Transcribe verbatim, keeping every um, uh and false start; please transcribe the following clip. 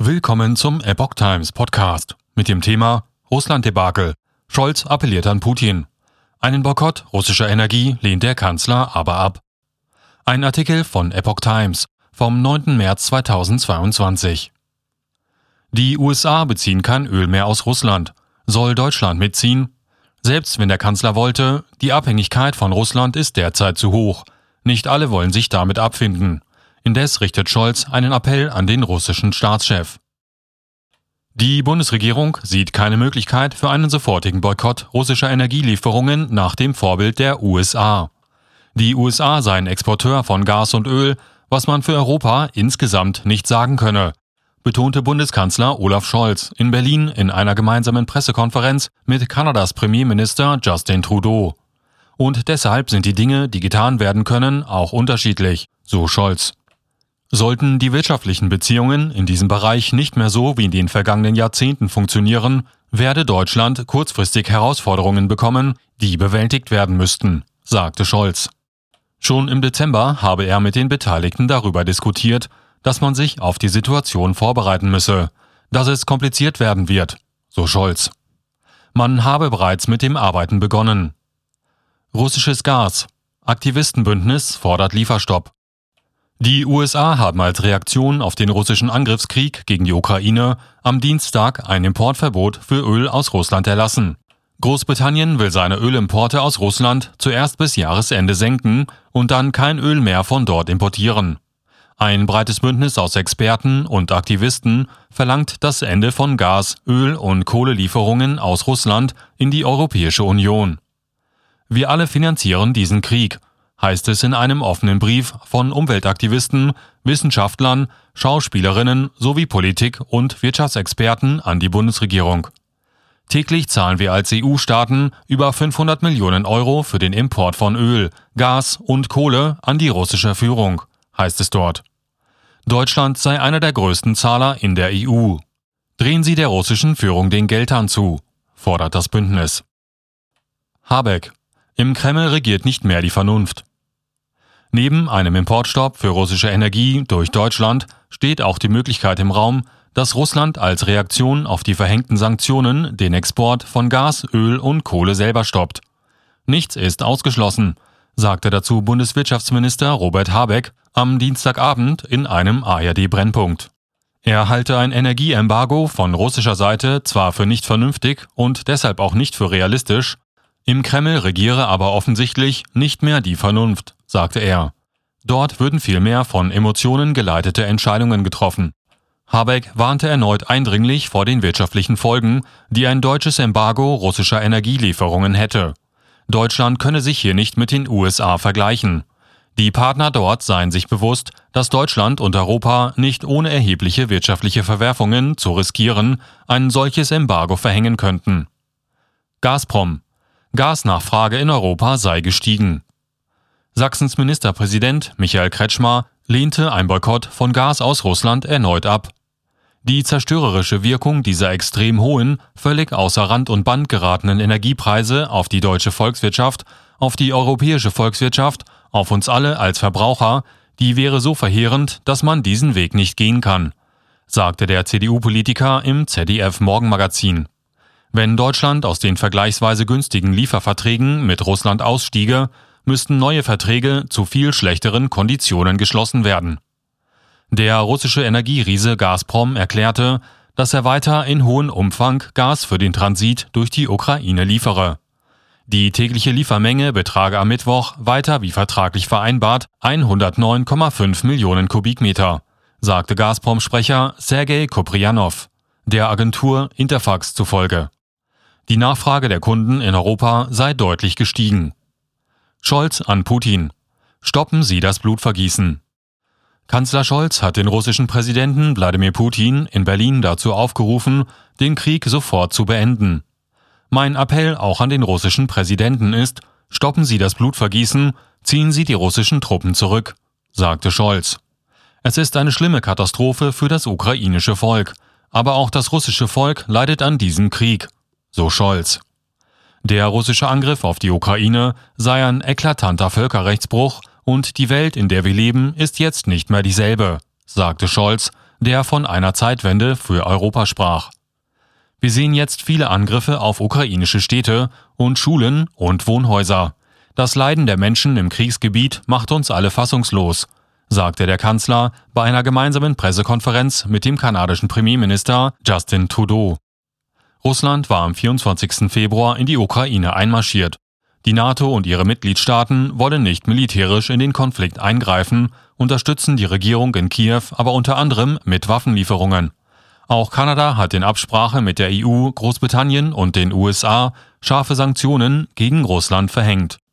Willkommen zum Epoch Times Podcast mit dem Thema Russland-Debakel. Scholz appelliert an Putin. Einen Boykott russischer Energie lehnt der Kanzler aber ab. Ein Artikel von Epoch Times vom neunten März zweitausendzweiundzwanzig. Die U S A beziehen kein Öl mehr aus Russland. Soll Deutschland mitziehen? Selbst wenn der Kanzler wollte, die Abhängigkeit von Russland ist derzeit zu hoch. Nicht alle wollen sich damit abfinden. Indes richtet Scholz einen Appell an den russischen Staatschef. Die Bundesregierung sieht keine Möglichkeit für einen sofortigen Boykott russischer Energielieferungen nach dem Vorbild der U S A. Die U S A seien Exporteur von Gas und Öl, was man für Europa insgesamt nicht sagen könne, betonte Bundeskanzler Olaf Scholz in Berlin in einer gemeinsamen Pressekonferenz mit Kanadas Premierminister Justin Trudeau. Und deshalb sind die Dinge, die getan werden können, auch unterschiedlich, so Scholz. Sollten die wirtschaftlichen Beziehungen in diesem Bereich nicht mehr so wie in den vergangenen Jahrzehnten funktionieren, werde Deutschland kurzfristig Herausforderungen bekommen, die bewältigt werden müssten, sagte Scholz. Schon im Dezember habe er mit den Beteiligten darüber diskutiert, dass man sich auf die Situation vorbereiten müsse, dass es kompliziert werden wird, so Scholz. Man habe bereits mit dem Arbeiten begonnen. Russisches Gas. Aktivistenbündnis fordert Lieferstopp. Die U S A haben als Reaktion auf den russischen Angriffskrieg gegen die Ukraine am Dienstag ein Importverbot für Öl aus Russland erlassen. Großbritannien will seine Ölimporte aus Russland zuerst bis Jahresende senken und dann kein Öl mehr von dort importieren. Ein breites Bündnis aus Experten und Aktivisten verlangt das Ende von Gas-, Öl- und Kohlelieferungen aus Russland in die Europäische Union. Wir alle finanzieren diesen Krieg, heißt es in einem offenen Brief von Umweltaktivisten, Wissenschaftlern, Schauspielerinnen sowie Politik- und Wirtschaftsexperten an die Bundesregierung. Täglich zahlen wir als E U-Staaten über fünfhundert Millionen Euro für den Import von Öl, Gas und Kohle an die russische Führung, heißt es dort. Deutschland sei einer der größten Zahler in der E U. Drehen Sie der russischen Führung den Geldhahn zu, fordert das Bündnis. Habeck. Im Kreml regiert nicht mehr die Vernunft. Neben einem Importstopp für russische Energie durch Deutschland steht auch die Möglichkeit im Raum, dass Russland als Reaktion auf die verhängten Sanktionen den Export von Gas, Öl und Kohle selber stoppt. Nichts ist ausgeschlossen, sagte dazu Bundeswirtschaftsminister Robert Habeck am Dienstagabend in einem A R D-Brennpunkt. Er halte ein Energieembargo von russischer Seite zwar für nicht vernünftig und deshalb auch nicht für realistisch, im Kreml regiere aber offensichtlich nicht mehr die Vernunft, sagte er. Dort würden vielmehr von Emotionen geleitete Entscheidungen getroffen. Habeck warnte erneut eindringlich vor den wirtschaftlichen Folgen, die ein deutsches Embargo russischer Energielieferungen hätte. Deutschland könne sich hier nicht mit den U S A vergleichen. Die Partner dort seien sich bewusst, dass Deutschland und Europa nicht ohne erhebliche wirtschaftliche Verwerfungen zu riskieren ein solches Embargo verhängen könnten. Gazprom. Gasnachfrage in Europa sei gestiegen. Sachsens Ministerpräsident Michael Kretschmer lehnte ein Boykott von Gas aus Russland erneut ab. Die zerstörerische Wirkung dieser extrem hohen, völlig außer Rand und Band geratenen Energiepreise auf die deutsche Volkswirtschaft, auf die europäische Volkswirtschaft, auf uns alle als Verbraucher, die wäre so verheerend, dass man diesen Weg nicht gehen kann, sagte der C D U-Politiker im Z D F-Morgenmagazin. Wenn Deutschland aus den vergleichsweise günstigen Lieferverträgen mit Russland ausstiege, müssten neue Verträge zu viel schlechteren Konditionen geschlossen werden. Der russische Energieriese Gazprom erklärte, dass er weiter in hohem Umfang Gas für den Transit durch die Ukraine liefere. Die tägliche Liefermenge betrage am Mittwoch weiter wie vertraglich vereinbart hundertneun Komma fünf Millionen Kubikmeter, sagte Gazprom-Sprecher Sergei Kuprianow, der Agentur Interfax zufolge. Die Nachfrage der Kunden in Europa sei deutlich gestiegen. Scholz an Putin. Stoppen Sie das Blutvergießen. Kanzler Scholz hat den russischen Präsidenten Wladimir Putin in Berlin dazu aufgerufen, den Krieg sofort zu beenden. Mein Appell auch an den russischen Präsidenten ist, stoppen Sie das Blutvergießen, ziehen Sie die russischen Truppen zurück, sagte Scholz. Es ist eine schlimme Katastrophe für das ukrainische Volk, aber auch das russische Volk leidet an diesem Krieg, so Scholz. Der russische Angriff auf die Ukraine sei ein eklatanter Völkerrechtsbruch und die Welt, in der wir leben, ist jetzt nicht mehr dieselbe, sagte Scholz der von einer Zeitwende für Europa sprach. Wir sehen jetzt viele Angriffe auf ukrainische Städte und Schulen und Wohnhäuser. Das Leiden der Menschen im Kriegsgebiet macht uns alle fassungslos, sagte der Kanzler bei einer gemeinsamen Pressekonferenz mit dem kanadischen Premierminister Justin Trudeau. Russland war am vierundzwanzigsten Februar in die Ukraine einmarschiert. Die NATO und ihre Mitgliedstaaten wollen nicht militärisch in den Konflikt eingreifen, unterstützen die Regierung in Kiew aber unter anderem mit Waffenlieferungen. Auch Kanada hat in Absprache mit der E U, Großbritannien und den U S A scharfe Sanktionen gegen Russland verhängt.